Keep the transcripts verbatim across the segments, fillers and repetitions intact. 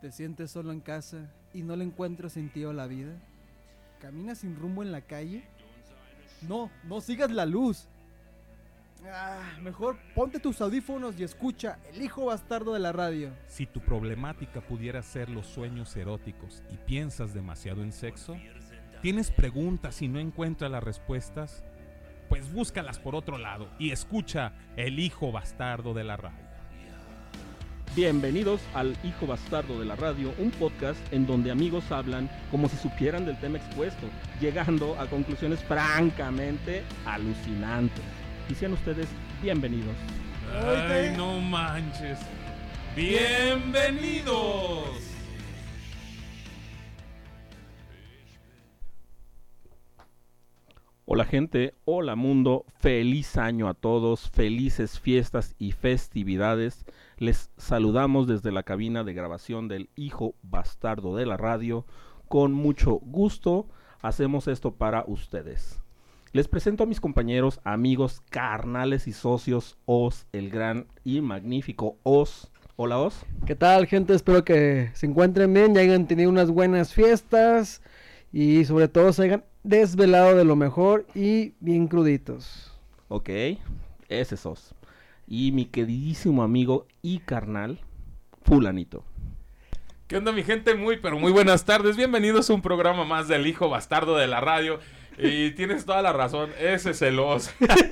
¿Te sientes solo en casa y no le encuentras sentido a la vida? ¿Caminas sin rumbo en la calle? No, no sigas la luz. Ah, mejor ponte tus audífonos y escucha El Hijo Bastardo de la Radio. Si tu problemática pudiera ser los sueños eróticos y piensas demasiado en sexo, tienes preguntas y no encuentras las respuestas, pues búscalas por otro lado y escucha El Hijo Bastardo de la Radio. Bienvenidos al Hijo Bastardo de la Radio, un podcast en donde amigos hablan como si supieran del tema expuesto, llegando a conclusiones francamente alucinantes. Y sean ustedes bienvenidos. ¡Ay, no manches! ¡Bienvenidos! Hola gente, hola mundo, feliz año a todos, felices fiestas y festividades. Les saludamos desde la cabina de grabación del Hijo Bastardo de la Radio. Con mucho gusto hacemos esto para ustedes. Les presento a mis compañeros, amigos, carnales y socios, Oz, el gran y magnífico Oz. Hola Oz. ¿Qué tal, gente? Espero que se encuentren bien, ya hayan tenido unas buenas fiestas y sobre todo se hayan desvelado de lo mejor y bien cruditos. Ok, ese es Oz. Y mi queridísimo amigo y carnal, Fulanito. ¿Qué onda, mi gente? Muy, pero muy buenas tardes. Bienvenidos a un programa más del Hijo Bastardo de la Radio. Y tienes toda la razón, ese es el Oz.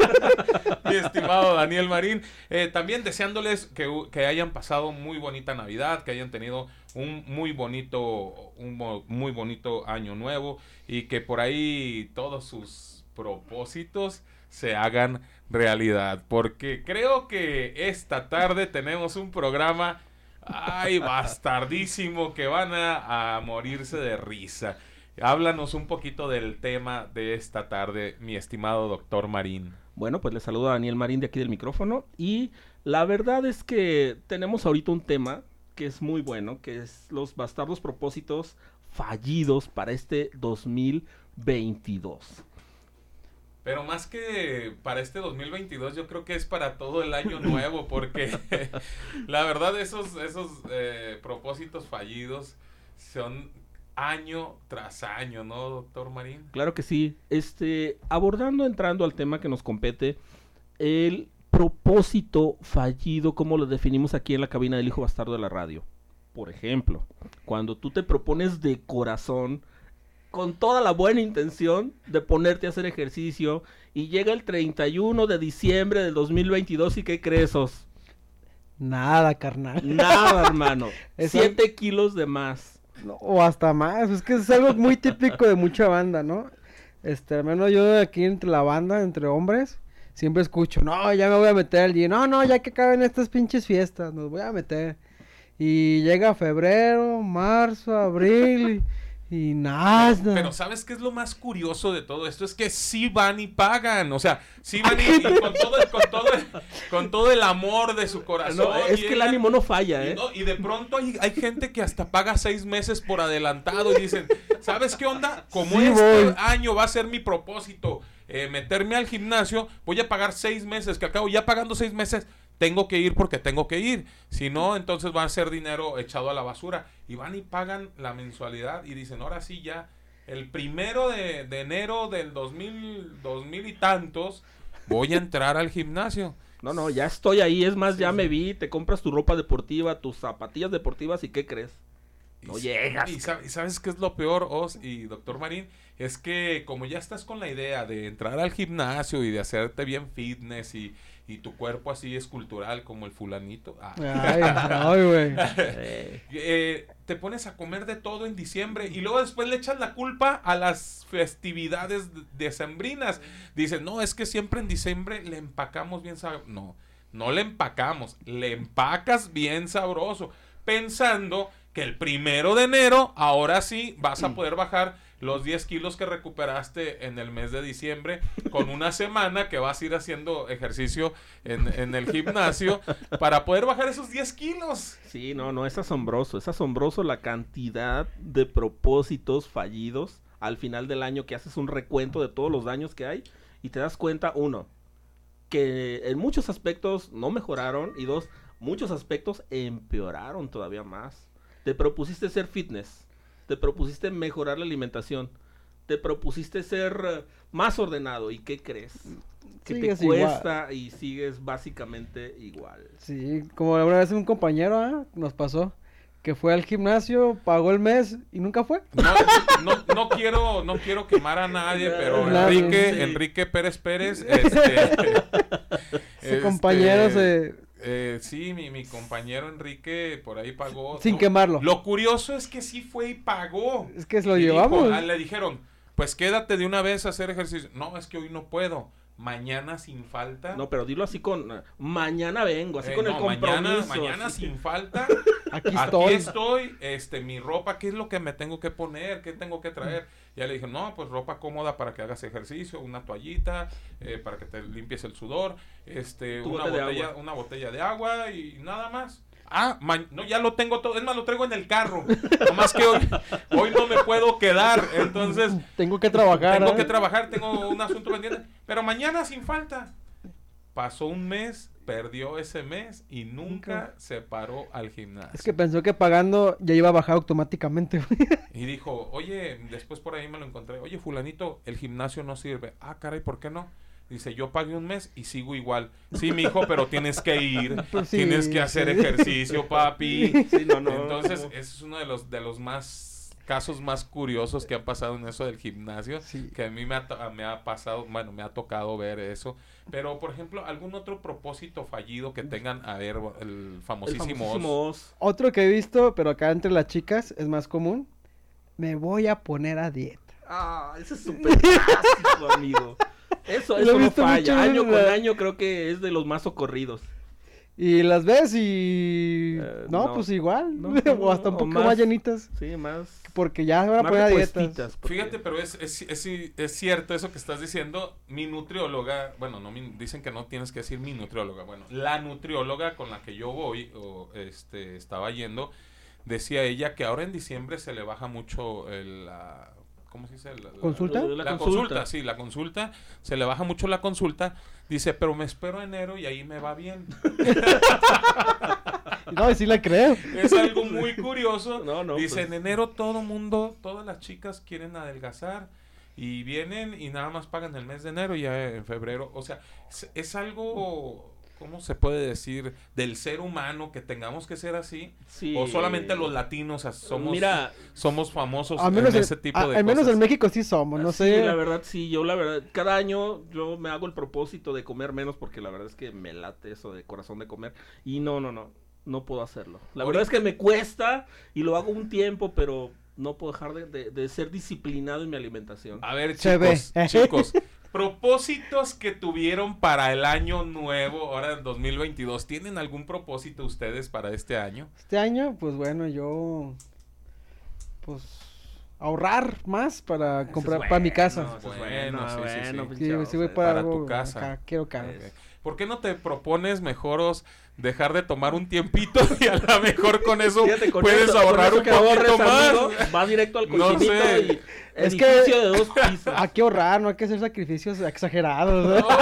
Mi estimado Daniel Marín. Eh, también deseándoles que, que hayan pasado muy bonita Navidad, que hayan tenido un muy bonito, un muy bonito año nuevo y que por ahí todos sus propósitos se hagan realidad. Porque creo que esta tarde tenemos un programa, ay, bastardísimo, que van a, a morirse de risa. Háblanos un poquito del tema de esta tarde, mi estimado doctor Marín. Bueno, pues les saludo a Daniel Marín de aquí del micrófono. Y la verdad es que tenemos ahorita un tema que es muy bueno, que es los bastardos propósitos fallidos para este dos mil veintidós. Pero más que para este dos mil veintidós, yo creo que es para todo el año nuevo, porque la verdad esos, esos eh, propósitos fallidos son año tras año, ¿no, doctor Marín? Claro que sí. Este, abordando, entrando al tema que nos compete, el propósito fallido, como lo definimos aquí en la cabina del Hijo Bastardo de la Radio. Por ejemplo, cuando tú te propones de corazón, con toda la buena intención de ponerte a hacer ejercicio, y llega el treinta y uno de diciembre del dos mil veintidós, ¿y qué crees, Os? Nada, carnal. Nada, hermano. Eso... Siete kilos de más. No, o hasta más, es que es algo muy típico de mucha banda, ¿no? Este, al menos yo aquí entre la banda, entre hombres, siempre escucho, no, ya me voy a meter al gym, no, no, ya que acaben estas pinches fiestas, nos voy a meter. Y llega febrero, marzo, abril... Y nada. Pero, pero ¿sabes qué es lo más curioso de todo esto? Es que sí van y pagan. O sea, sí van y, y con, todo el, con, todo el, con todo el amor de su corazón. No, es que el ánimo no falla, ¿eh? Y, no, y de pronto hay, hay gente que hasta paga seis meses por adelantado y dicen, ¿sabes qué onda? Como sí, este voy. año va a ser mi propósito, eh, meterme al gimnasio, voy a pagar seis meses, que al cabo ya pagando seis meses... Tengo que ir porque tengo que ir. Si no, entonces va a ser dinero echado a la basura. Y van y pagan la mensualidad y dicen, ahora sí ya, el primero de, de enero del dos mil, dos mil y tantos, voy a entrar al gimnasio. No, no, ya estoy ahí. Es más, sí, ya sí. me vi. Te compras tu ropa deportiva, tus zapatillas deportivas y ¿qué crees? No y, llegas. Y, y sabes qué es lo peor, Oz y doctor Marín, es que como ya estás con la idea de entrar al gimnasio y de hacerte bien fitness y, y tu cuerpo así escultural como el fulanito, ah. ay, ay, güey. eh, te pones a comer de todo en diciembre y luego después le echas la culpa a las festividades decembrinas. Dicen, no, es que siempre en diciembre le empacamos bien sabroso. No, no le empacamos, le empacas bien sabroso, pensando que el primero de enero, ahora sí, vas a poder bajar los diez kilos que recuperaste en el mes de diciembre, con una semana que vas a ir haciendo ejercicio en, en el gimnasio, para poder bajar esos diez kilos. Sí, no, no, es asombroso, es asombroso la cantidad de propósitos fallidos al final del año, que haces un recuento de todos los daños que hay, y te das cuenta, uno, que en muchos aspectos no mejoraron, y dos, muchos aspectos empeoraron todavía más. Te propusiste ser fitness, te propusiste mejorar la alimentación, te propusiste ser uh, más ordenado, ¿y qué crees? Que Sigues te cuesta igual. y sigues básicamente igual. Sí, como una vez un compañero ¿ah? nos pasó que fue al gimnasio, pagó el mes y nunca fue. No, no, no quiero, no quiero quemar a nadie, pero Nadie, Enrique, sí. Enrique Pérez Pérez, este, Su este, compañero se... eh, sí, mi, mi compañero Enrique por ahí pagó. Sin No, quemarlo. Lo curioso es que sí fue y pagó. Es que lo Y dijo, llevamos. ah, le dijeron, pues quédate de una vez a hacer ejercicio. No, es que hoy no puedo. Mañana sin falta. No, pero dilo así con, uh, mañana vengo, así Eh, con no, el compromiso. mañana, mañana así. sin falta. Aquí Aquí estoy. estoy, este, mi ropa, ¿qué es lo que me tengo que poner? ¿Qué tengo que traer? Ya le dije, no, pues ropa cómoda para que hagas ejercicio, una toallita, eh, para que te limpies el sudor, este, Tu una bote de botella, agua. una botella de agua y nada más. Ah, ma- no, ya lo tengo todo, es más, lo traigo en el carro. Nomás que hoy, hoy no me puedo quedar, entonces Tengo que trabajar. tengo ¿eh? que trabajar, tengo un asunto pendiente, pero mañana sin falta. Pasó un mes, perdió ese mes y nunca Nunca. se paró al gimnasio. Es que pensó que pagando ya iba a bajar automáticamente. Y dijo, oye, después por ahí me lo encontré, oye, fulanito, el gimnasio no sirve. Ah, caray, ¿por qué no? Dice, yo pagué un mes y sigo igual. Sí, mijo, pero tienes que ir, Pues sí, tienes que hacer sí. ejercicio, papi. Sí, no, no. Entonces, ese es uno de los, de los más casos más curiosos que han pasado en eso del gimnasio, Sí. que a mí me ha, to- me ha pasado, bueno, me ha tocado ver eso. Pero, por ejemplo, algún otro propósito fallido que tengan, a ver, el el famosísimo, famosísimo Oz. Oz. Otro que he visto, pero acá entre las chicas es más común. Me voy a poner a dieta. Ah, ese es súper clásico, amigo. Eso, Lo he eso no visto mucho falla. en Año con la- año creo que es de los más socorridos. Y las ves y... Eh, no, no. pues igual. No, o hasta un o poco más- más llenitas. Sí, más. Porque ya se van a más poner a dietas. repuestitas, porque- Fíjate, pero es, es, es, es cierto eso que estás diciendo. Mi nutrióloga, bueno, no mi- dicen que no tienes que decir mi nutrióloga. Bueno, la nutrióloga con la que yo voy, o este, estaba yendo, decía ella que ahora en diciembre se le baja mucho el, la, ¿cómo se dice? La, la- ¿Consulta? La, La, consulta. sí, la consulta. Se le baja mucho la consulta. Dice, pero me espero enero y ahí me va bien. No, y sí la creo. Es algo muy curioso. No, no, Dice, pues. en enero todo mundo, todas las chicas quieren adelgazar y vienen y nada más pagan el mes de enero y ya en febrero. O sea, es, es algo, ¿cómo se puede decir? Del ser humano que tengamos que ser así. Sí. O solamente los latinos as- somos, Mira, somos famosos Al menos, en en, ese tipo a- de al menos cosas. en México sí somos, no sí, sé. la verdad sí, yo la verdad, cada año yo me hago el propósito de comer menos porque la verdad es que me late eso de corazón de comer y no, no, no, no puedo hacerlo. La verdad es que me cuesta y lo hago un tiempo, pero no puedo dejar de, de- de ser disciplinado en mi alimentación. A ver, Se chicos, ve. chicos, propósitos que tuvieron para el año nuevo, ahora en dos mil veintidós, ¿tienen algún propósito ustedes para este año? Este año, pues bueno, yo... Pues... ahorrar más para Eso comprar es para mi bueno, casa. eso es Bueno, bueno, sí, sí, bueno, sí. pinche Sí, Oz, sí voy eh. para, para algo tu casa. acá, quiero carro. Es- ¿Por qué no te propones mejor Oz, dejar de tomar un tiempito y a lo mejor con eso Fíjate, con puedes eso- con ahorrar eso un que ahorres, poquito más? amigo, vas directo al No cochinito sé. y Es que- edificio de dos pisos. Hay que ahorrar, no hay que hacer sacrificios exagerados. ¿no?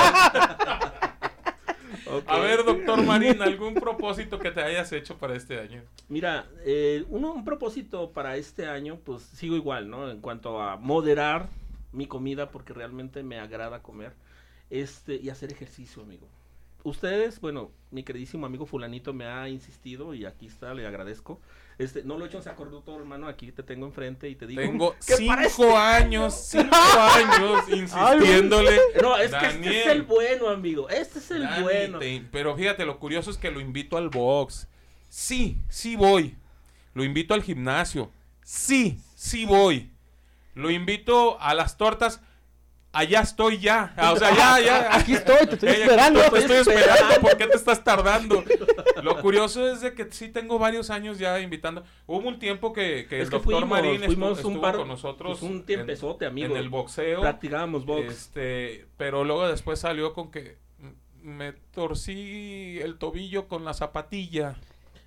Ok. A ver, doctor Marín, ¿algún propósito que te hayas hecho para este año? Mira, eh, uno, un propósito para este año, pues sigo igual, ¿no? En cuanto a moderar mi comida, porque realmente me agrada comer, este, y hacer ejercicio, amigo. Ustedes, bueno, mi queridísimo amigo fulanito me ha insistido y aquí está, le agradezco. Este, no lo he hecho en sacorduto, hermano, aquí te tengo enfrente y te digo. Tengo que para cinco este años, cinco años insistiéndole. No, es que este es Daniel, el bueno, amigo. Este es el Dani, bueno. te- pero fíjate, lo curioso es que lo invito al box. Sí, sí voy. Lo invito al gimnasio. Sí, sí voy. Lo invito a las tortas. Allá estoy ya. Ah, o sea, ya, ya. Aquí estoy, te estoy Ey, esperando. Te estoy esperando. ¿Por qué te estás tardando? Lo curioso es de que sí tengo varios años ya invitando. Hubo un tiempo que, que Es el que doctor fuimos, Marín estuvo, fuimos un estuvo par- con nosotros pues un tiempezote, en, amigo. en el boxeo. Practicábamos box. Este, pero luego después salió con que m- me torcí el tobillo con la zapatilla.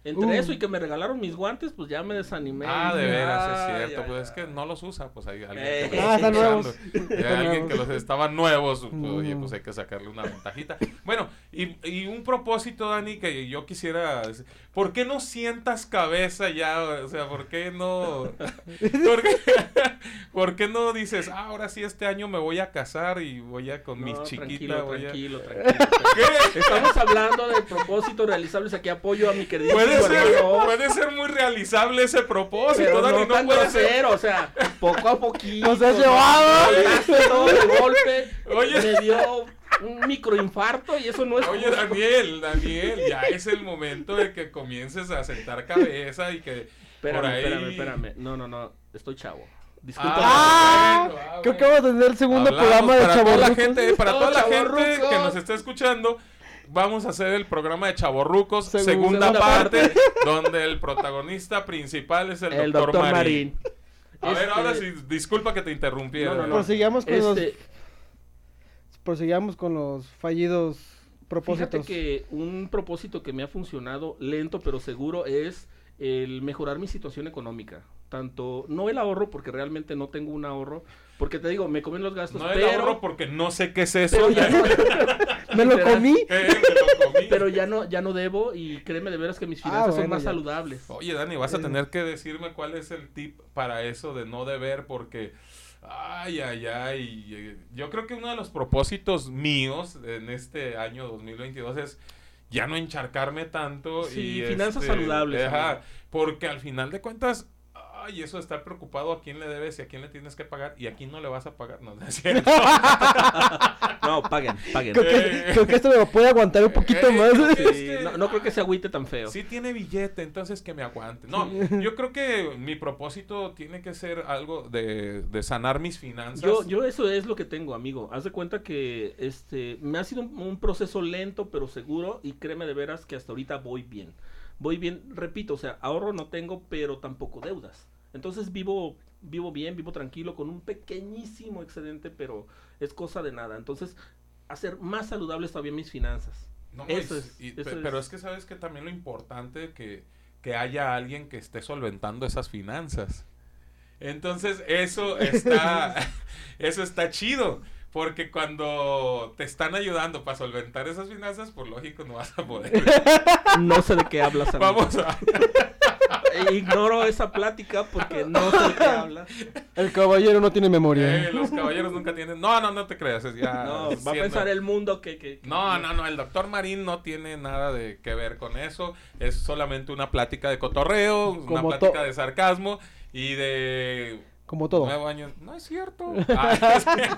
Entre Uh. eso y que me regalaron mis guantes, pues ya me desanimé. Ah, de Dije, veras, es "Ay, cierto. ay, Pues es ay". que no los usa, pues hay alguien Eh. que los Ah, está están nuevos. usando. Hay Están alguien nuevos. que los estaban nuevos, pues, Mm. oye, pues hay que sacarle una ventajita. Bueno, y, y un propósito, Dani, que yo quisiera... ¿Por qué no sientas cabeza ya? O sea, ¿por qué no...? ¿Por qué, ¿por qué no dices, ah, ahora sí este año me voy a casar y voy a con No, mis chiquitas? tranquilo, voy a... tranquilo, tranquilo, tranquilo. ¿Qué? Estamos hablando de propósitos realizables. Aquí apoyo a mi querido Puede ser, hermano. puede ser muy realizable ese propósito, Pero Dani, no no tan puede ser... grosero, o sea, poco a poquito. Nos has ¿no? llevado. Soltaste todo de golpe. Oye. Me dio un microinfarto y eso no es Oye, justo. Daniel, Daniel, ya es el momento de que comiences a sentar cabeza y que Espérame, por ahí... espérame, espérame. No, no, no. Estoy chavo. Disculpa. Ah, bueno, ah, creo bueno. que vamos a tener el segundo Hablamos programa de para toda la Chavorrucos. gente, para toda la gente Chavorrucos. que nos está escuchando, vamos a hacer el programa de Chavorrucos, Segun- segunda, segunda parte, parte. donde el protagonista principal es el, El doctor, doctor Marín. Marín. A ver, Este- ahora sí, disculpa que te interrumpiera. No, no, no. Prosigamos con los Este, prosigamos con los fallidos fíjate propósitos. que un propósito que me ha funcionado lento pero seguro es el mejorar mi situación económica. Tanto, no el ahorro, porque realmente no tengo un ahorro, porque te digo, me comen los gastos, No el pero, ahorro porque no sé qué es eso. pero ya no, Me lo literal. comí. Eh, me lo comí. pero ya no, ya no debo, y créeme de veras que mis Ah, finanzas son bueno, más ya. saludables. Oye, Dani, vas a Eh. tener que decirme cuál es el tip para eso de no deber, porque, ay, ay, ay, eh, yo creo que uno de los propósitos míos en este año dos mil veintidós es ya no encharcarme tanto. Sí, y finanzas este, saludables, ajá, amigo. porque al final de cuentas, ay, eso de estar preocupado a quién le debes y a quién le tienes que pagar y a quién no le vas a pagar, no, no es cierto. No, paguen, paguen. Creo que, creo que esto me lo puede aguantar un poquito Eh, más. creo que- Sí, no, no creo que se agüite tan feo. Sí tiene billete, entonces que me aguante. No, yo creo que mi propósito tiene que ser algo de, de sanar mis finanzas. Yo, yo eso es lo que tengo, amigo. Haz de cuenta que este me ha sido un, un proceso lento pero seguro, y créeme de veras que hasta ahorita voy bien. Voy bien, repito, o sea, ahorro no tengo, pero tampoco deudas. Entonces vivo vivo bien, vivo tranquilo con un pequeñísimo excedente, pero es cosa de nada. Entonces, hacer más saludables todavía mis finanzas. No, Eso y- es, y- eso pe- es. Pero es que sabes que también lo importante que, que haya alguien que esté solventando esas finanzas. Entonces, eso está, eso está chido. Porque cuando te están ayudando para solventar esas finanzas, por lógico no vas a poder. No sé de qué hablas, amigo. Vamos a... Ignoro esa plática porque no sé de qué hablas. El caballero no tiene memoria. Eh, los caballeros nunca tienen... No, no, no te creas. es ya No, va a siendo- pensar el mundo que... que, que- No, no, no, el doctor Marín no tiene nada de que ver con eso. Es solamente una plática de cotorreo, una Como plática to- de sarcasmo y de... Como todo. Nuevo año. No es cierto. Ah, es que-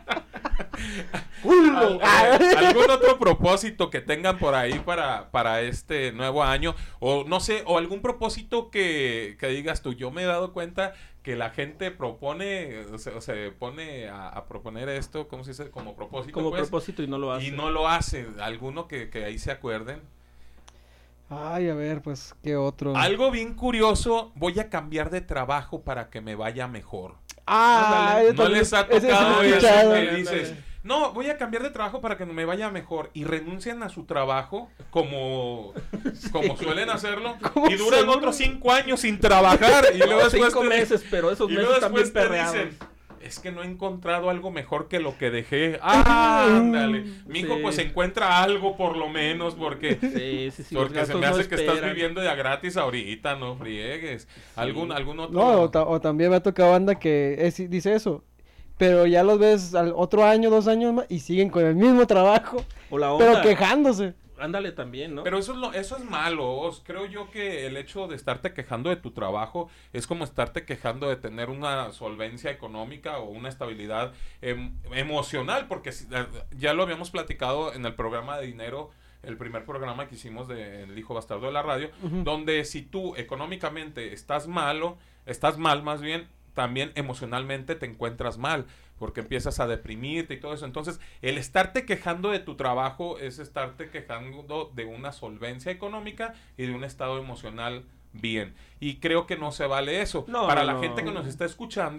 ¡Culo! Al- eh, ¿Algún otro propósito que tengan por ahí para, para este nuevo año? O no sé, o algún propósito que, que digas tú, yo me he dado cuenta que la gente propone, o se, o se pone a, a proponer esto, ¿cómo se dice? Como propósito, como pues, propósito y no lo hace. y no lo hace. ¿Alguno que, que ahí se acuerden? Ay, a ver, pues, ¿qué otro? Algo bien curioso, voy a cambiar de trabajo para que me vaya mejor. Ah, Ándale, yo ¿No también- les ha ese sí lo he tocado eso escuchado. que Ándale. dices, no, voy a cambiar de trabajo para que me vaya mejor y renuncian a su trabajo como, como suelen hacerlo Como y duran seguro. otros cinco años sin trabajar y luego No, después cinco te- meses, pero esos y luego meses también después te perreados. dicen, es que no he encontrado algo mejor que lo que dejé. Ah, ándale. Mijo, Sí. pues encuentra algo por lo menos porque... Sí, sí, sí. los Porque se gastos me no hace que estás esperan. viviendo de a gratis ahorita, no friegues. ¿Algún, algún otro? No, o, ta- o también me ha tocado banda que es- dice eso. Pero ya los ves al otro año, dos años más y siguen con el mismo trabajo. O la onda. Pero quejándose. Ándale también, ¿no? Pero eso es, lo, eso es malo. Os- Creo yo que el hecho de estarte quejando de tu trabajo es como estarte quejando de tener una solvencia económica o una estabilidad em, emocional, porque si- eh, ya lo habíamos platicado en el programa de dinero, el primer programa que hicimos de El Hijo Bastardo de la Radio, Ujú. donde si tú económicamente estás malo, estás mal más bien, también emocionalmente te encuentras mal, porque empiezas a deprimirte y todo eso. Entonces, el estarte quejando de tu trabajo es estarte quejando de una solvencia económica y de un estado emocional bien. Y creo que no se vale eso. No, Para no, la no. gente que nos está escuchando,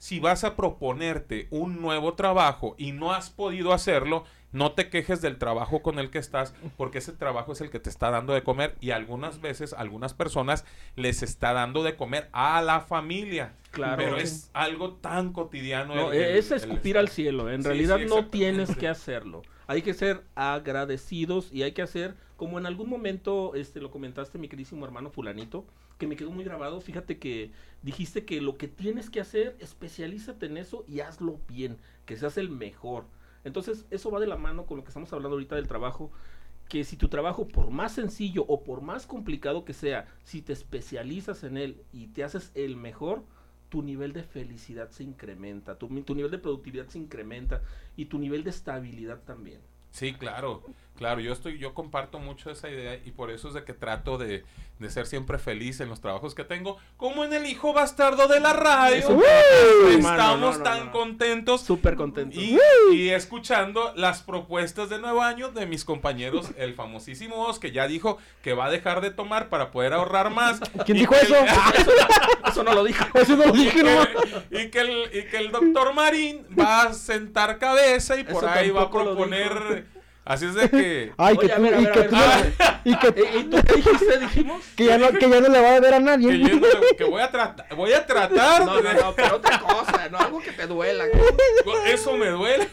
si vas a proponerte un nuevo trabajo y no has podido hacerlo, no te quejes del trabajo con el que estás, porque ese trabajo es el que te está dando de comer y algunas veces, algunas personas les está dando de comer a la familia. Claro. Pero es algo tan cotidiano. No, el, el, es escupir el... al cielo. En sí, realidad sí, no tienes que hacerlo. Hay que ser agradecidos y hay que hacer, como en algún momento este lo comentaste, mi queridísimo hermano fulanito, que me quedó muy grabado. Fíjate que dijiste que lo que tienes que hacer, especialízate en eso y hazlo bien, que seas el mejor. Entonces, eso va de la mano con lo que estamos hablando ahorita del trabajo, que si tu trabajo, por más sencillo o por más complicado que sea, si te especializas en él y te haces el mejor, tu nivel de felicidad se incrementa, tu, tu nivel de productividad se incrementa y tu nivel de estabilidad también. Sí, claro, claro, yo estoy, yo comparto mucho esa idea y por eso es de que trato de, de ser siempre feliz en los trabajos que tengo, como en el hijo bastardo de la radio. Eso, uh, estamos hermano, no, no, tan no, no. contentos, súper contentos y, y escuchando las propuestas de nuevo año de mis compañeros, el famosísimo Os, que ya dijo que va a dejar de tomar para poder ahorrar más. ¿Quién dijo eso? El, eso, eso no lo dijo. Eso no lo dije, no. Y que, el, y que el doctor Marín va a sentar cabeza y por Eso ahí va a tampoco lo proponer. Así es de que. Ay, que Oye, a tú, ver, a y ver, que a tú, ver, y que, ¿Y, y tú qué dijiste? Dijimos. que ya no, que ya no le va a ver a nadie. Que, yo no- que voy a tratar. Voy a tratar. No, de- no, no, pero otra cosa, no algo que te duela. Eso me duele.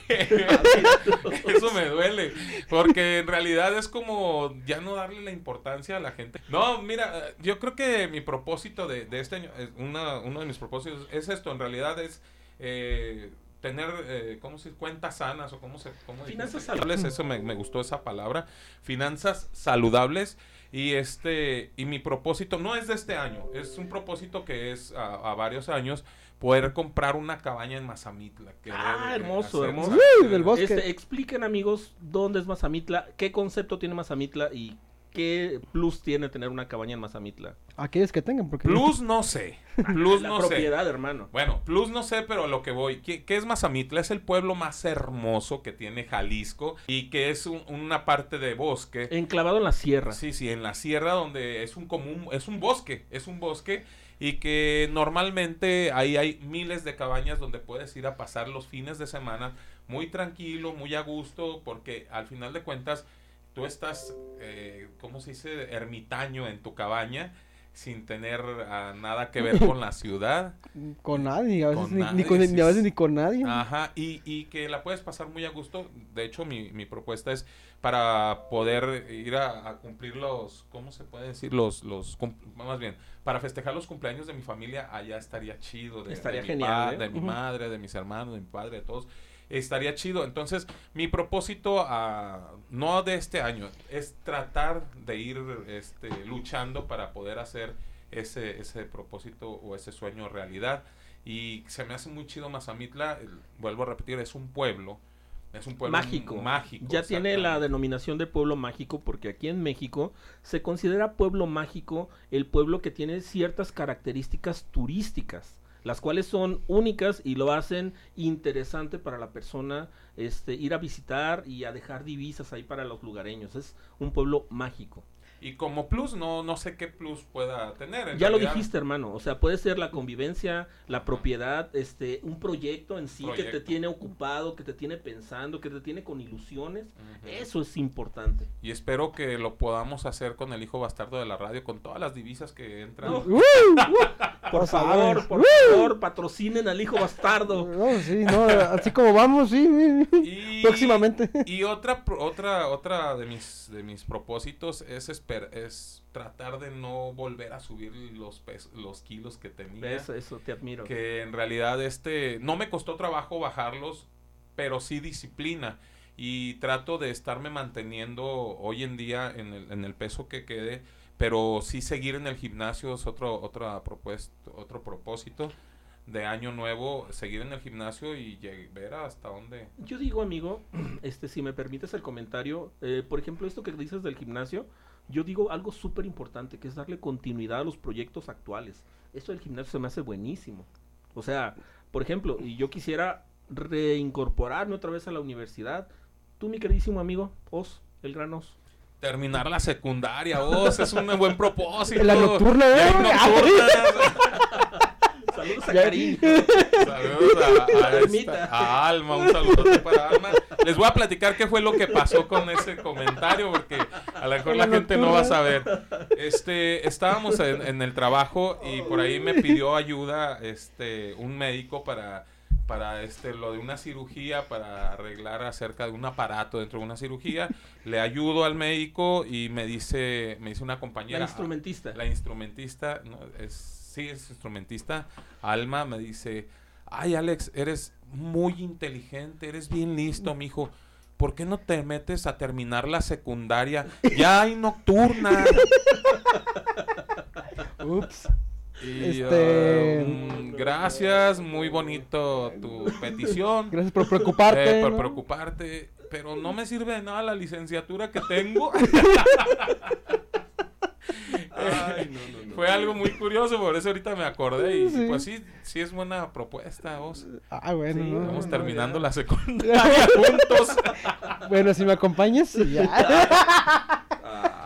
Eso me duele. Porque en realidad es como ya no darle la importancia a la gente. No, mira, yo creo que mi propósito de, de este año, es una, uno de mis propósitos es esto. En realidad es eh, tener, eh, ¿cómo se dice? Cuentas sanas o cómo se... Cómo Finanzas saludables. Eso me, me gustó esa palabra. Finanzas saludables. Y este y mi propósito no es de este año, es un propósito que es a, a varios años poder comprar una cabaña en Mazamitla. Ah, querer, hermoso, hacer- hermoso. Uy, del bosque. Este, expliquen, amigos, dónde es Mazamitla, qué concepto tiene Mazamitla y qué plus tiene tener una cabaña en Mazamitla. Aquellos que tengan, porque... Plus no sé, plus La no sé. propiedad, hermano. Bueno, plus no sé, pero a lo que voy. ¿Qué, qué es Mazamitla? Es el pueblo más hermoso que tiene Jalisco y que es un- una parte de bosque. Enclavado en la sierra. Sí, sí, en la sierra donde es un común, es un bosque, es un bosque y que normalmente ahí hay miles de cabañas donde puedes ir a pasar los fines de semana muy tranquilo, muy a gusto, porque al final de cuentas tú estás, eh, ¿cómo se dice? Ermitaño en tu cabaña sin tener ah, nada que ver con la ciudad. Con nadie, a veces, Con ni, nadie, ni con, sí, ni a veces sí. ni con nadie. Ajá, y, y que la puedes pasar muy a gusto. De hecho, mi, mi propuesta es para poder ir a, a cumplir los, ¿cómo se puede decir? Los, los, cum- más bien, para festejar los cumpleaños de mi familia, allá estaría chido. De, Estaría de genial, Mi pa- ¿eh? De mi Ujú. madre, de mis hermanos, de mi padre, de todos. Estaría chido. Entonces, mi propósito, ah, no de este año, es tratar de ir este, luchando para poder hacer ese, ese propósito o ese sueño realidad. Y se me hace muy chido Mazamitla, el- vuelvo a repetir, es un pueblo, es un pueblo Mágico. mágico. Ya tiene la exactamente. denominación de pueblo mágico porque aquí en México se considera pueblo mágico el pueblo que tiene ciertas características turísticas, las cuales son únicas y lo hacen interesante para la persona este ir a visitar y a dejar divisas ahí para los lugareños. Es un pueblo mágico. Y como plus, no, no sé qué plus pueda tener. en Ya lo realidad. dijiste, hermano, o sea, puede ser la convivencia, la propiedad, este, un proyecto en sí que te Proyecto. tiene ocupado, que te tiene pensando, que te tiene con ilusiones. Ujú. Eso es importante. Y espero que lo podamos hacer con el hijo bastardo de la radio, con todas las divisas que entran. No. ¡Uh! Por No favor, sabes. por favor, patrocinen al hijo bastardo. No, sí, no, así como vamos, sí, Y, próximamente. Y otra pro- otra otra de mis de mis propósitos es esper- es tratar de no volver a subir los pes- los kilos que tenía. Eso, eso, te admiro. Que en realidad este no me costó trabajo bajarlos, pero sí disciplina. Y trato de estarme manteniendo hoy en día en el, en el peso que quede, pero sí seguir en el gimnasio es otro, otra propuesta, otro propósito de año nuevo, seguir en el gimnasio y lleg- ver hasta dónde. Yo digo, amigo, este, si me permites el comentario, eh, por ejemplo, esto que dices del gimnasio, yo digo algo súper importante, que es darle continuidad a los proyectos actuales. Esto del gimnasio se me hace buenísimo. O sea, por ejemplo, y yo quisiera reincorporarme otra vez a la universidad. Tú, mi queridísimo amigo, Os, el gran Os. Terminar la secundaria, oh, ese es un buen propósito. La nocturna, Ya hay ¿eh? nocturnas. Saludos a Ya- Karim. Saludos a, a, Almita. esta- a Alma, un saludote para Alma. Les voy a platicar qué fue lo que pasó con ese comentario, porque a lo mejor la La gente no va a nocturna. saber. Este, estábamos en, en el trabajo y por ahí me pidió ayuda este, un médico para, para este, lo de una cirugía, para arreglar acerca de un aparato dentro de una cirugía. Le ayudo al médico y me dice, me dice una compañera. La instrumentista. La instrumentista, no, es, sí, es instrumentista. Alma me dice, ay Alex, eres muy inteligente, eres bien listo, mijo. ¿Por qué no te metes a terminar la secundaria? Ya hay nocturna. Ups. Y, Este- ah, mm, gracias, muy bonito tu petición. Gracias por preocuparte. Eh, por ¿no? preocuparte, pero no me sirve de nada la licenciatura que tengo. Ay, no, no, no. Fue algo muy curioso, por eso ahorita me acordé y Sí. pues sí, sí es buena propuesta, vos. Ah, bueno. Sí, ¿no? Estamos no, terminando ya. la secundaria juntos. Bueno, si me acompañas, sí, ya. Ah,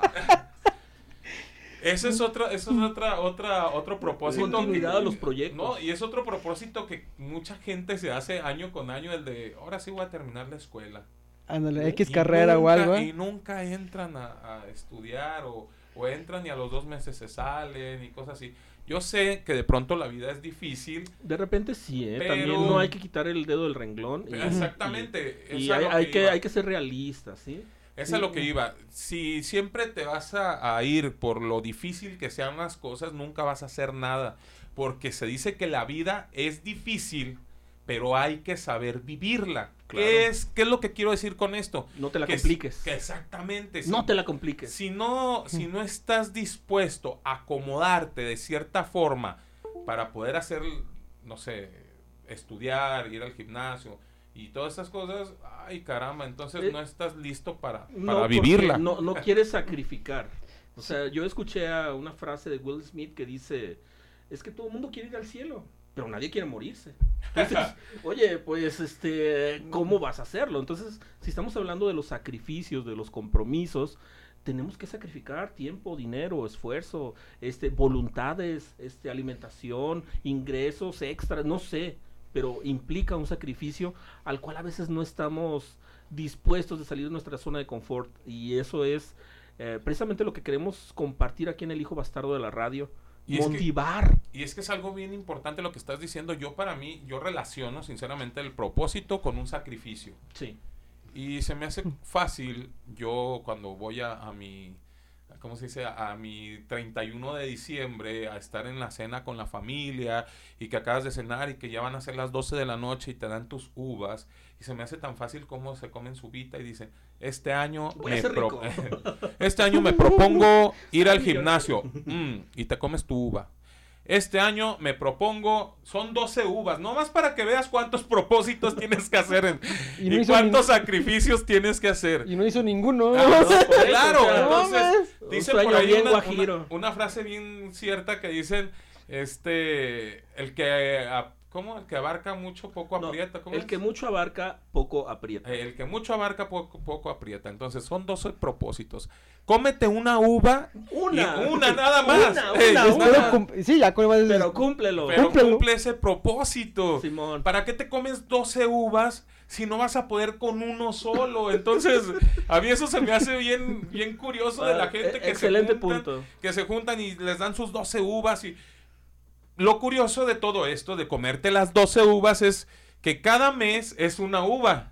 Ese es otra, eso es otra, otra, otro propósito. continuidad que- a los proyectos. No, y es otro propósito que mucha gente se hace año con año, el de ahora sí voy a terminar la escuela. Ándale, X Y carrera o nunca- algo. Y ¿eh? nunca entran a, a estudiar o, o entran y a los dos meses se salen y cosas así. Yo sé que de pronto la vida es difícil. De repente sí, ¿eh? Pero- También no hay que quitar el dedo del renglón. y- Exactamente. Y, y es a hay, lo hay que, iba. hay que ser realistas, ¿sí? Es a lo que iba. Si siempre te vas a, a ir por lo difícil que sean las cosas, nunca vas a hacer nada. Porque se dice que la vida es difícil, pero hay que saber vivirla. Claro. ¿Qué es, ¿Qué es lo que quiero decir con esto? No te la Que es- compliques. que exactamente. No si- te la compliques. Si no, si no estás dispuesto a acomodarte de cierta forma para poder hacer, no sé, estudiar, ir al gimnasio y todas esas cosas, ay caramba, entonces Eh, no estás listo para, No, para porque vivirla. No, no quieres sacrificar. O sea, yo escuché a una frase de Will Smith que dice, es que todo el mundo quiere ir al cielo, pero nadie quiere morirse. Entonces, oye, pues, este, ¿cómo vas a hacerlo? Entonces, si estamos hablando de los sacrificios, de los compromisos, tenemos que sacrificar tiempo, dinero, esfuerzo, este, voluntades, este, alimentación, ingresos extras, no sé, pero implica un sacrificio al cual a veces no estamos dispuestos de salir de nuestra zona de confort, y eso es eh, precisamente lo que queremos compartir aquí en El Hijo Bastardo de la Radio, Y es que- motivar. Y es que es algo bien importante lo que estás diciendo. Yo para mí, yo relaciono sinceramente el propósito con un sacrificio. Sí. Y se me hace fácil, yo cuando voy a, a mi, ¿cómo se dice? A, a mi treinta y uno de diciembre, a estar en la cena con la familia, y que acabas de cenar y que ya van a ser las doce de la noche y te dan tus uvas, y se me hace tan fácil como se comen su uvita y dicen, este año, Voy a me ser pro- rico. este año me propongo ir al Soy gimnasio, mm, y te comes tu uva. Este año me propongo, son doce uvas, nomás para que veas cuántos propósitos tienes que hacer en- Y y, no hizo cuántos nin- sacrificios tienes que hacer. Y no hizo ninguno. Ah, no, por eso, claro, o sea, entonces Un dicen sueño por ahí bien una, guajiro. una- una frase bien cierta que dicen, este, el que, a- ¿cómo? El que abarca mucho poco No, aprieta, ¿cómo el es? que mucho abarca, poco aprieta. Eh, El que mucho abarca, poco, poco aprieta. Entonces, son doce propósitos. Cómete una uva. Una. y una nada más. Una, Ey, una, es una. nada. Pero cum- sí, ya con más Pero cúmplelo. Pero cúmplelo. cumple ese propósito. Simón. ¿Para qué te comes doce uvas si no vas a poder con uno solo? Entonces, a mí eso se me hace bien, bien curioso de la Ah, gente e- que excelente se juntan, punto. que se juntan y les dan sus doce uvas. Y lo curioso de todo esto, de comerte las doce uvas, es que cada mes es una uva.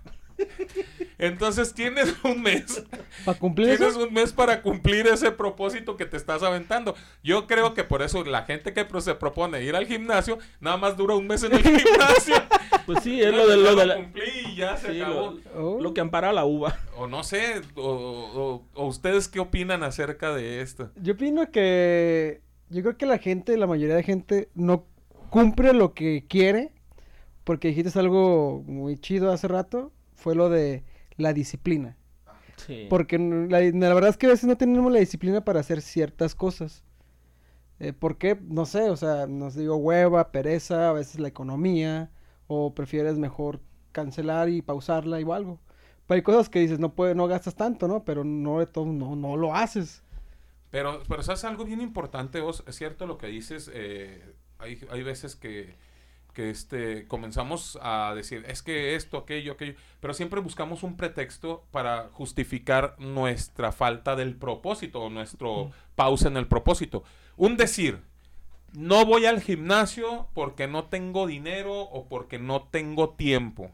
Entonces tienes un mes, para cumplir tienes eso. un mes para cumplir ese propósito que te estás aventando. Yo creo que por eso la gente que pro- se propone ir al gimnasio, nada más dura un mes en el gimnasio. Pues sí, es lo de, lo Ya de la- cumplí y ya se sí, acabó. lo, Oh. lo que ampara la uva. O no sé, o, o- o ustedes qué opinan acerca de esto. Yo opino que yo creo que la gente, la mayoría de gente no cumple lo que quiere, porque dijiste algo muy chido hace rato, fue lo de la disciplina. Sí. Porque n- la, la verdad es que a veces no tenemos la disciplina para hacer ciertas cosas. Eh, ¿por qué? No sé, o sea, nos digo hueva, pereza, a veces la economía, o prefieres mejor cancelar y pausarla o algo. Pero hay cosas que dices, no puede, no gastas tanto, ¿no? Pero no de todo, no, no lo haces. Pero, pero sabes algo bien importante, vos, es cierto lo que dices, eh, hay, hay veces que, que este, comenzamos a decir, es que esto, aquello, aquello, pero siempre buscamos un pretexto para justificar nuestra falta del propósito o nuestro pausa en el propósito. Un decir, no voy al gimnasio porque no tengo dinero o porque no tengo tiempo.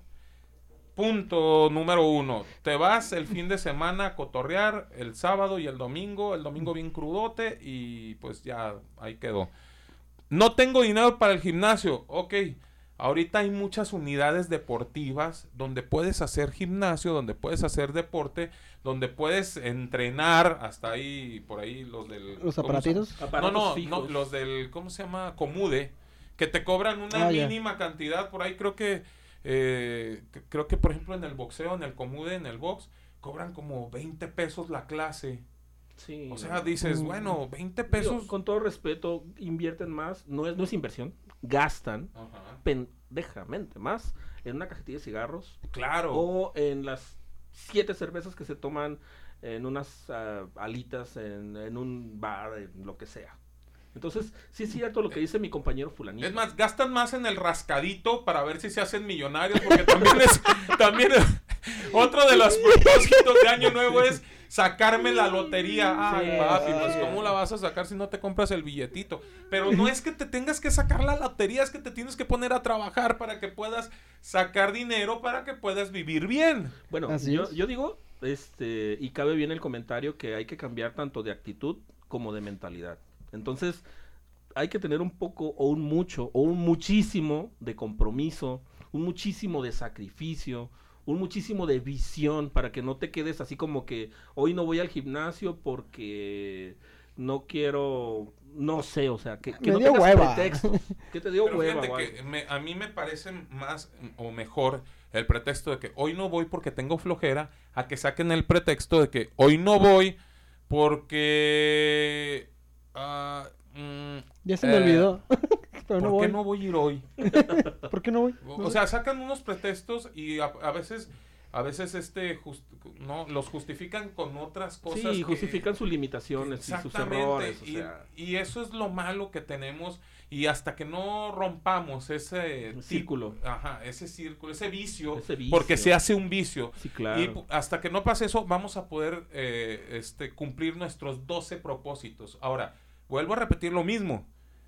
Punto número uno. Te vas el fin de semana a cotorrear el sábado y el domingo. El domingo bien crudote y pues ya ahí quedó. No tengo dinero para el gimnasio. Ok. Ahorita hay muchas unidades deportivas donde puedes hacer gimnasio, donde puedes hacer deporte, donde puedes entrenar. Hasta ahí, por ahí los del... ¿Los aparatitos? No, no, no, los del... ¿Cómo se llama? Comude. Que te cobran una ah, mínima cantidad. Por ahí creo que... Eh, creo que por ejemplo en el boxeo, en el Comude, en el box, cobran como veinte pesos la clase. Sí, o sea, dices, mm. bueno, veinte pesos. Digo, con todo respeto, invierten más, no es, no es inversión, gastan Ajá. pendejamente más en una cajetilla de cigarros. Claro. O en las siete cervezas que se toman en unas uh, alitas en, en un bar, en lo que sea. Entonces, sí es cierto lo que dice mi compañero fulanito. Es más, gastan más en el rascadito para ver si se hacen millonarios, porque también es, también es, otro de los propósitos de Año Nuevo es sacarme la lotería. Ay, Sí, papi, pues sí. ¿cómo la vas a sacar si no te compras el billetito? Pero no es que te tengas que sacar la lotería, es que te tienes que poner a trabajar para que puedas sacar dinero, para que puedas vivir bien. Bueno, Así yo, es. yo digo, este, y cabe bien el comentario que hay que cambiar tanto de actitud como de mentalidad. Entonces, hay que tener un poco, o un mucho, o un muchísimo de compromiso, un muchísimo de sacrificio, un muchísimo de visión, para que no te quedes así como que hoy no voy al gimnasio porque no quiero, no sé, o sea, que, que Me no dio tengas hueva. pretextos, que te dio Pero hueva. fíjate güey. que me- a mí me parece más o mejor el pretexto de que hoy no voy porque tengo flojera, a que saquen el pretexto de que hoy no voy porque... ah, mm, Ya se me eh, olvidó. Pero ¿Por no voy. qué no voy a ir hoy? ¿Por qué no voy? O, o sea, sacan unos pretextos y a, a veces... A veces este just- no los justifican con otras cosas. Sí, que- justifican sus limitaciones y sus Exactamente, errores. O y, sea, y eso es lo malo que tenemos, y hasta que no rompamos ese El tip- círculo. ajá, ese círculo, ese vicio, ese vicio. porque se hace un vicio, Sí, claro. y pu- hasta que no pase eso, vamos a poder eh, este, cumplir nuestros doce propósitos. Ahora, vuelvo a repetir lo mismo.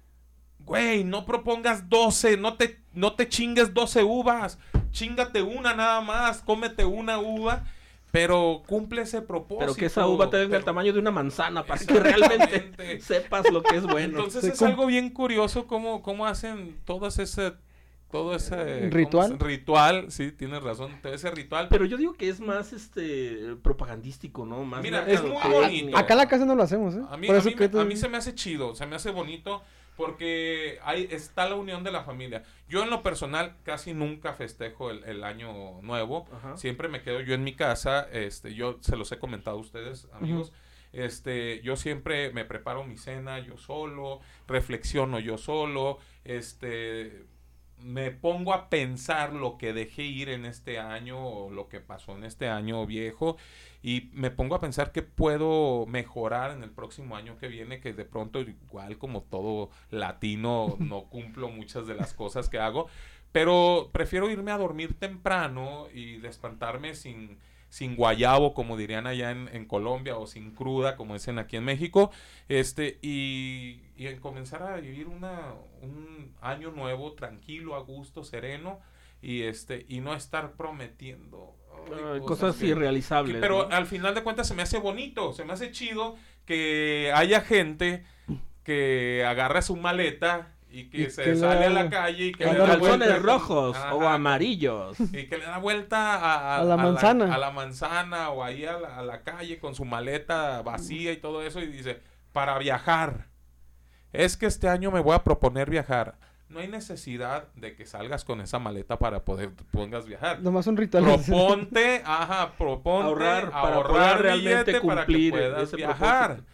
Güey, no propongas doce, no te, no te chingues doce uvas, chíngate una nada más, cómete una uva, pero cumple ese propósito. Pero que esa uva tenga pero- el tamaño de una manzana para que realmente Exactamente. sepas lo que es bueno. Entonces Se es cum- algo bien curioso cómo, cómo hacen todas ese, todo ese ¿Ritual? ¿cómo se- ritual, sí, tienes razón, todo ese ritual. Pero yo digo que es más este propagandístico, ¿no? Más Mira, mercadotecnia. es muy bonito. Acá en la casa no lo hacemos, ¿eh? A mí, Por a eso mí, que me- tú- a mí se me hace chido, se me hace bonito porque ahí está la unión de la familia. Yo en lo personal casi nunca festejo el, el año nuevo. Ajá. Siempre me quedo yo en mi casa. Este, yo se los he comentado a ustedes, amigos. Este, yo siempre me preparo mi cena yo solo, reflexiono yo solo, este, me pongo a pensar lo que dejé ir en este año o lo que pasó en este año viejo, y me pongo a pensar que puedo mejorar en el próximo año que viene, que de pronto igual como todo latino no cumplo muchas de las cosas que hago, pero prefiero irme a dormir temprano y despertarme sin, sin guayabo, como dirían allá en, en Colombia, o sin cruda, como dicen aquí en México, este, y, y en comenzar a vivir una, un año nuevo tranquilo, a gusto, sereno, y este, y no estar prometiendo ay, Ay, cosas que- irrealizables. que- pero ¿no? al final de cuentas se me hace bonito, se me hace chido que haya gente que agarra su maleta y que Y se que sale la- a la calle y que a le dar da Calzones vuelta, rojos ajá, o amarillos. y que le da vuelta a, A la manzana. a la manzana o ahí a la, a la calle con su maleta vacía y todo eso, y dice, para viajar. Es que este año me voy a proponer viajar. No hay necesidad de que salgas con esa maleta para poder pongas viajar. Nomás un ritual. Proponte, ajá, proponte Ahorrar para ahorrar poder realmente billete para que cumplir puedas ese viajar. propósito.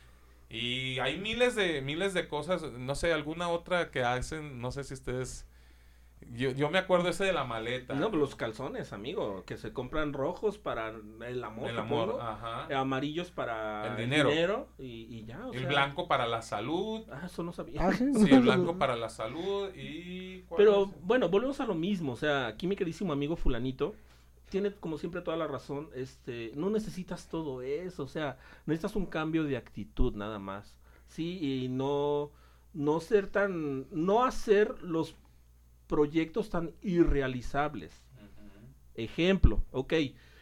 Y hay miles de miles de cosas, no sé, alguna otra que hacen, no sé si ustedes Yo, yo me acuerdo ese de la maleta. No, los calzones, amigo, que se compran rojos para el amor, el amor, supongo, ajá. eh, amarillos para El el dinero. dinero, y, y ya, o El sea. blanco para la salud. Ah, eso no sabía. Ah, sí. Sí, el blanco para la salud y... ¿cuál Pero es? bueno, volvemos a lo mismo, o sea, aquí mi queridísimo amigo fulanito tiene como siempre toda la razón, este, no necesitas todo eso, o sea, necesitas un cambio de actitud nada más, sí, y no, no ser tan, no hacer los proyectos tan irrealizables. Ujú. Ejemplo, ok,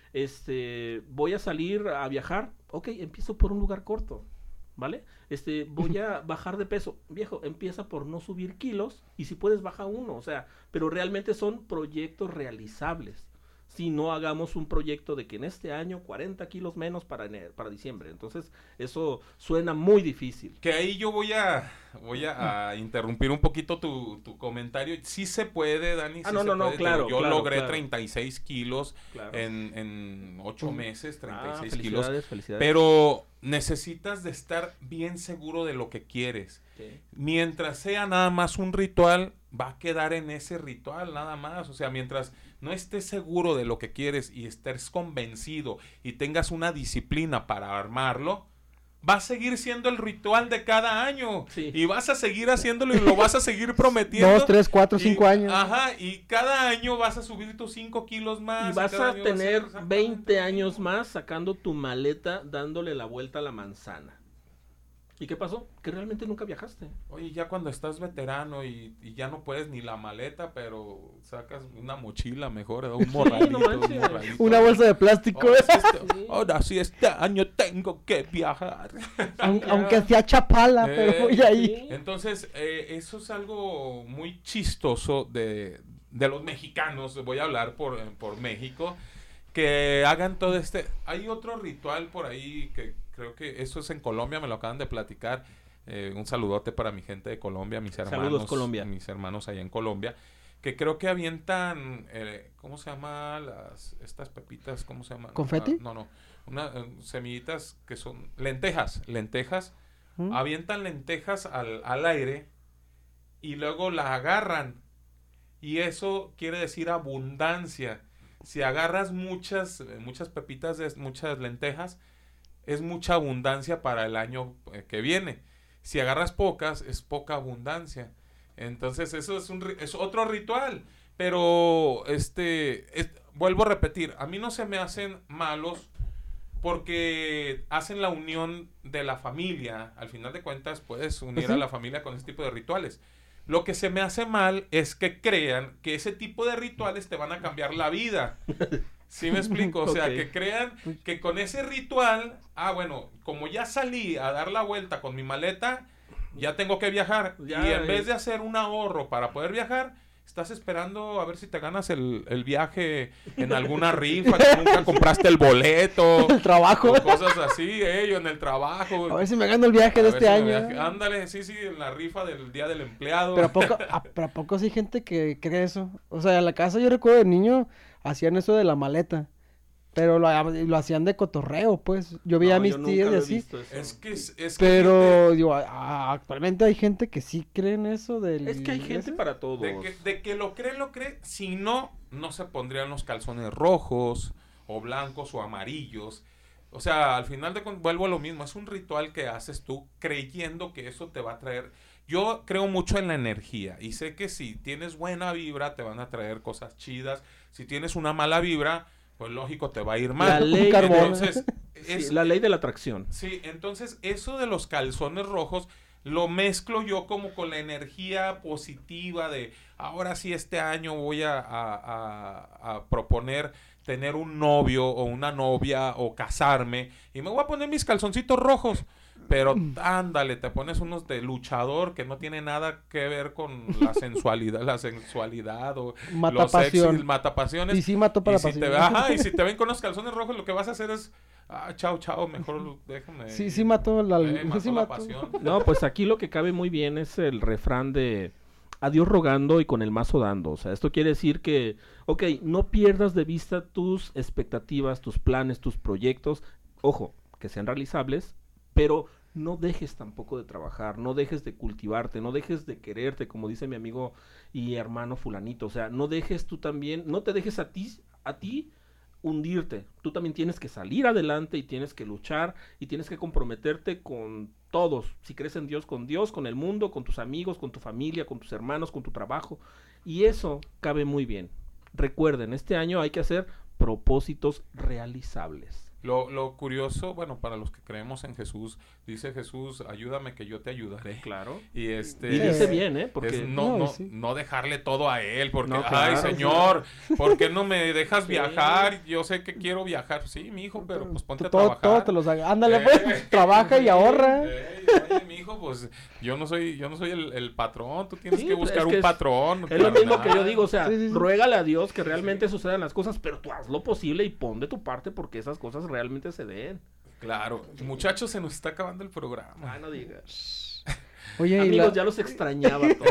este, voy a salir a viajar, ok, empiezo por un lugar corto, ¿vale? Este, voy a bajar de peso, viejo, empieza por no subir kilos y si puedes baja uno, o sea, pero realmente son proyectos realizables. Si no hagamos un proyecto de que en este año cuarenta kilos menos para enero, para diciembre, entonces eso suena muy difícil. Que ahí yo voy a voy a, a interrumpir un poquito tu, tu comentario. Sí se puede, Dani. Ah, sí no, se no, no, puede. claro, Yo claro, logré claro. treinta y seis kilos Claro. en, en ocho meses, treinta y Ah, seis kilos. felicidades, felicidades. Pero necesitas de estar bien seguro de lo que quieres. Sí. Mientras sea nada más un ritual, va a quedar en ese ritual nada más. O sea, mientras no estés seguro de lo que quieres y estés convencido y tengas una disciplina para armarlo, va a seguir siendo el ritual de cada año. Sí. Y vas a seguir haciéndolo y lo vas a seguir prometiendo. Dos, tres, cuatro, Y- cinco años. Ajá, y cada año vas a subir tus cinco kilos más. Y vas cada a año tener ser exactamente veinte lo años mismo. más sacando tu maleta dándole la vuelta a la manzana. ¿Y qué pasó? Que realmente nunca viajaste. Oye, ya cuando estás veterano y, y ya no puedes ni la maleta, pero sacas una mochila mejor, ¿eh? Un morralito, no un manches. morralito. Una bolsa de plástico. Ahora sí, este, Sí. ahora sí este año tengo que viajar. Aun- Aunque sea chapala, Eh, pero voy ahí. Sí. Entonces, eh, eso es algo muy chistoso de, de los mexicanos, voy a hablar por, por México, que hagan todo este... Hay otro ritual por ahí que creo que eso es en Colombia, me lo acaban de platicar. Eh, un saludote para mi gente de Colombia, mis hermanos. Saludos, Colombia. Mis hermanos allá en Colombia. Que creo que avientan, eh, ¿cómo se llama? Las, estas pepitas, ¿cómo se llama? ¿Confeti? Ah, no, no. Una, eh, semillitas que son lentejas, lentejas. ¿Mm? Avientan lentejas al, al aire y luego la agarran. Y eso quiere decir abundancia. Si agarras muchas, eh, muchas pepitas, de, muchas lentejas, es mucha abundancia para el año eh, que viene. Si agarras pocas, es poca abundancia. Entonces eso es, un, ri- es otro ritual. Pero, este, es- vuelvo a repetir, a mí no se me hacen malos porque hacen la unión de la familia. Al final de cuentas, puedes unir Pues sí. a la familia con este tipo de rituales. Lo que se me hace mal es que crean que ese tipo de rituales te van a cambiar la vida. ¿Sí me explico? O sea, Ok. que crean que con ese ritual, ah, bueno, como ya salí a dar la vuelta con mi maleta, ya tengo que viajar. Ya, y en vez eh. de hacer un ahorro para poder viajar, estás esperando a ver si te ganas el, el viaje en alguna rifa, que nunca compraste el boleto. El trabajo. O cosas así, eh, yo en el trabajo. A ver si me gano el viaje A de ver este si me año. viaje- Ándale, sí, sí, en la rifa del día del empleado. Pero a poco, a, pero a poco sí hay gente que cree eso. O sea, en la casa yo recuerdo de niño hacían eso de la maleta. Pero lo, lo hacían de cotorreo, pues. Yo veía No, a mis yo nunca tías y lo he así. visto eso. Es que es, es que Pero, digo, a- a- actualmente hay gente que sí cree en eso del... Es que hay gente ese. para todos. De que, de que lo cree, lo cree. Si no, no se pondrían los calzones rojos, o blancos, o amarillos. O sea, al final de cuentas, vuelvo a lo mismo. Es un ritual que haces tú creyendo que eso te va a traer. Yo creo mucho en la energía. Y sé que si tienes buena vibra, te van a traer cosas chidas. Si tienes una mala vibra, pues lógico, te va a ir mal. La ley, carbón. Entonces, Sí, es, la ley de la atracción. Sí, entonces eso de los calzones rojos lo mezclo yo como con la energía positiva de ahora sí este año voy a, a- a- a proponer tener un novio o una novia o casarme y me voy a poner mis calzoncitos rojos. Pero ándale, te pones unos de luchador que no tiene nada que ver con la sensualidad, la sensualidad o Mata los sexy, pasión. mata pasiones. Y sí mató para Y si, pasión. te, ve- ajá, y si te ven con los calzones rojos, lo que vas a hacer es, ah, chao, chao, mejor déjame. Sí, sí mató la... Eh, mató sí la mató. pasión. No, pues aquí lo que cabe muy bien es el refrán de a Dios rogando y con el mazo dando. O sea, esto quiere decir que, ok, no pierdas de vista tus expectativas, tus planes, tus proyectos. Ojo, que sean realizables, pero no dejes tampoco de trabajar, no dejes de cultivarte, no dejes de quererte, como dice mi amigo y hermano fulanito, o sea, no dejes tú también, no te dejes a ti, a ti hundirte, tú también tienes que salir adelante y tienes que luchar y tienes que comprometerte con todos, si crees en Dios, con Dios, con el mundo, con tus amigos, con tu familia, con tus hermanos, con tu trabajo, y eso cabe muy bien. Recuerden, este año hay que hacer propósitos realizables. Lo, lo curioso, bueno, para los que creemos en Jesús, dice Jesús, ayúdame que yo te ayudaré. Claro. Y este Y dice bien, ¿eh? Porque es no, No, no, sí. no dejarle todo a él, porque, No, ay, claro, Señor, ¿por qué no me dejas Sí. viajar? Yo sé que quiero viajar. Sí, mi hijo, pero pues ponte a todo, trabajar. todo te los haga. Ándale, Eh, pues, trabaja y ahorra. eh, oye, mi hijo, pues yo no soy, yo no soy el, el patrón, tú tienes Sí, que pues, buscar es un que es- patrón. es lo mismo que yo carnal. digo, o sea, Sí, sí, sí. ruégale a Dios que realmente sucedan las cosas, pero tú haz lo posible y pon de tu parte porque esas cosas realmente se den. Claro, muchachos, se nos está acabando el programa. Ah, no digas. Oye, y, Amigos, la- ya los extrañaba a todos.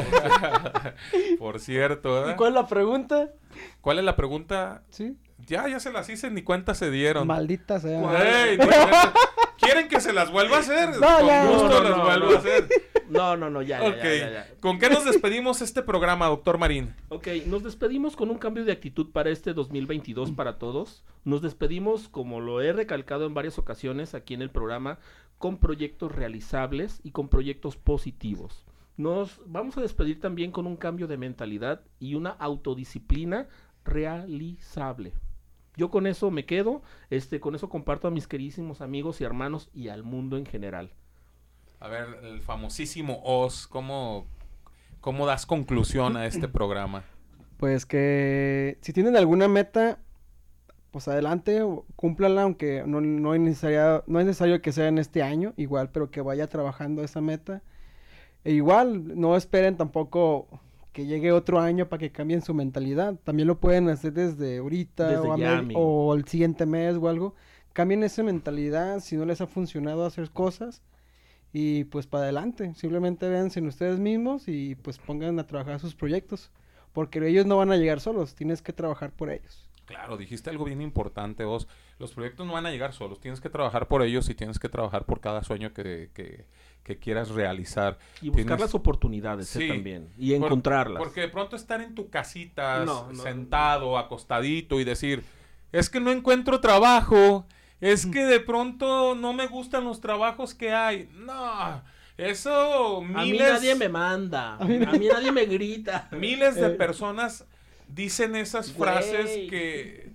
Por cierto, ¿y ¿eh? cuál es la pregunta? ¿Cuál es la pregunta? Sí. Ya, ya se las hice, ni cuenta se dieron. Maldita sea. Ey, no, no, ¿quieren que se las vuelva a hacer? No, Con ya. gusto No, no, las no, vuelvo no. a hacer. No, no, no, ya, ya, Ok. ya, ya, ya. ¿Con qué nos despedimos este programa, doctor Marín? Ok, nos despedimos con un cambio de actitud para este dos mil veintidós para todos. Nos despedimos, como lo he recalcado en varias ocasiones aquí en el programa, con proyectos realizables y con proyectos positivos. Nos vamos a despedir también con un cambio de mentalidad y una autodisciplina realizable. Yo con eso me quedo, este, con eso comparto a mis queridísimos amigos y hermanos y al mundo en general. A ver, el famosísimo Oz, ¿cómo, cómo das conclusión a este programa? Pues que si tienen alguna meta, pues adelante, o- cúmplala, aunque no, no, es necesaria- no es necesario que sea en este año, igual, pero que vaya trabajando esa meta. E igual, no esperen tampoco que llegue otro año para que cambien su mentalidad. También lo pueden hacer desde ahorita Desde o, a ya, med- amigo. o el siguiente mes o algo. Cambien esa mentalidad si no les ha funcionado hacer cosas. Y pues para adelante, simplemente véanse en ustedes mismos y pues pongan a trabajar sus proyectos. Porque ellos no van a llegar solos, tienes que trabajar por ellos. Claro, dijiste algo bien importante, Oz. Los proyectos no van a llegar solos, tienes que trabajar por ellos y tienes que trabajar por cada sueño que, que, que quieras realizar. Y buscar Tienes- las oportunidades eh, Sí. también. Y Por- encontrarlas. Porque de pronto estar en tu casita, No, no. sentado, acostadito y decir, es que no encuentro trabajo, es que de pronto no me gustan los trabajos que hay. No, eso A mí miles, nadie me manda. A A mí mí, nadie me grita. miles de Eh. personas dicen esas Güey. frases que,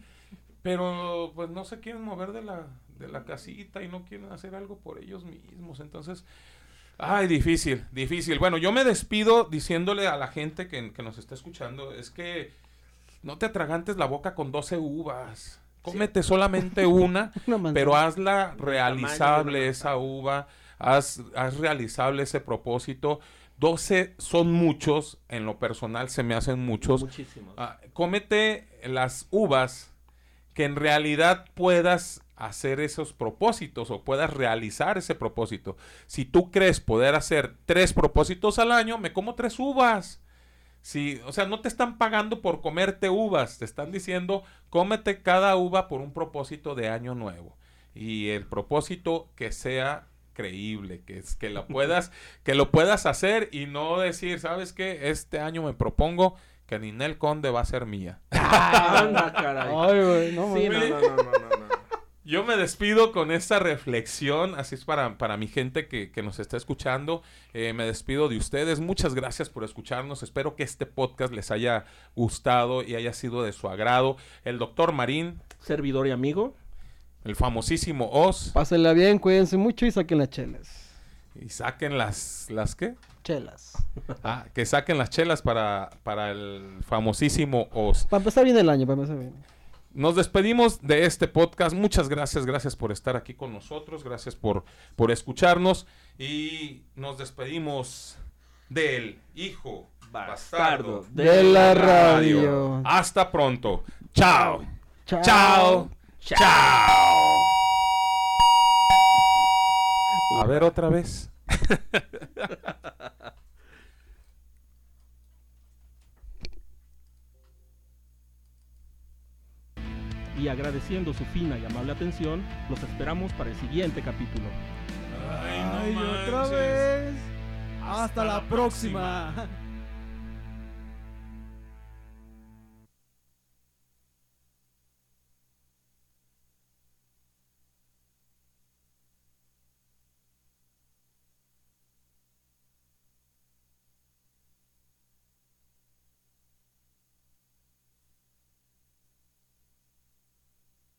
pero pues no se quieren mover de la, de la casita y no quieren hacer algo por ellos mismos. Entonces, ay, difícil, difícil. Bueno, yo me despido diciéndole a la gente que, que nos está escuchando, es que no te atragantes la boca con doce uvas. Cómete solamente una, Una manzana. pero hazla tamaño de realizable una esa uva, haz, haz realizable ese propósito. doce son muchos, en lo personal se me hacen muchos. Muchísimos. Ah, cómete las uvas que en realidad puedas hacer esos propósitos o puedas realizar ese propósito. Si tú crees poder hacer tres propósitos al año, me como tres uvas. Si, o sea, no te están pagando por comerte uvas, te están diciendo cómete cada uva por un propósito de año nuevo. Y el propósito que sea creíble, que es que lo puedas, que lo puedas hacer y no decir, ¿sabes qué? Este año me propongo que Ninel Conde va a ser mía. Anda, caray. Ay, güey, no, Sí, no, mames. no, no, no, no, no. Yo me despido con esta reflexión, así es para, para mi gente que, que nos está escuchando. Eh, me despido de ustedes. Muchas gracias por escucharnos. Espero que este podcast les haya gustado y haya sido de su agrado. El doctor Marín, Servidor y amigo. el famosísimo Oz. Pásenla bien, cuídense mucho y saquen las chelas. Y saquen las... ¿Las qué? Chelas. Ah, que saquen las chelas para, para el famosísimo Oz. Para empezar bien el año, para empezar bien. Nos despedimos de este podcast. Muchas gracias, gracias por estar aquí con nosotros, gracias por, por escucharnos y nos despedimos del hijo bastardo Bastardo De la radio. Hasta pronto. Chao. Chao. Chao. Chao. A ver otra vez. Y agradeciendo su fina y amable atención, los esperamos para el siguiente capítulo. Ay, no y otra manches. vez. Hasta, la próxima.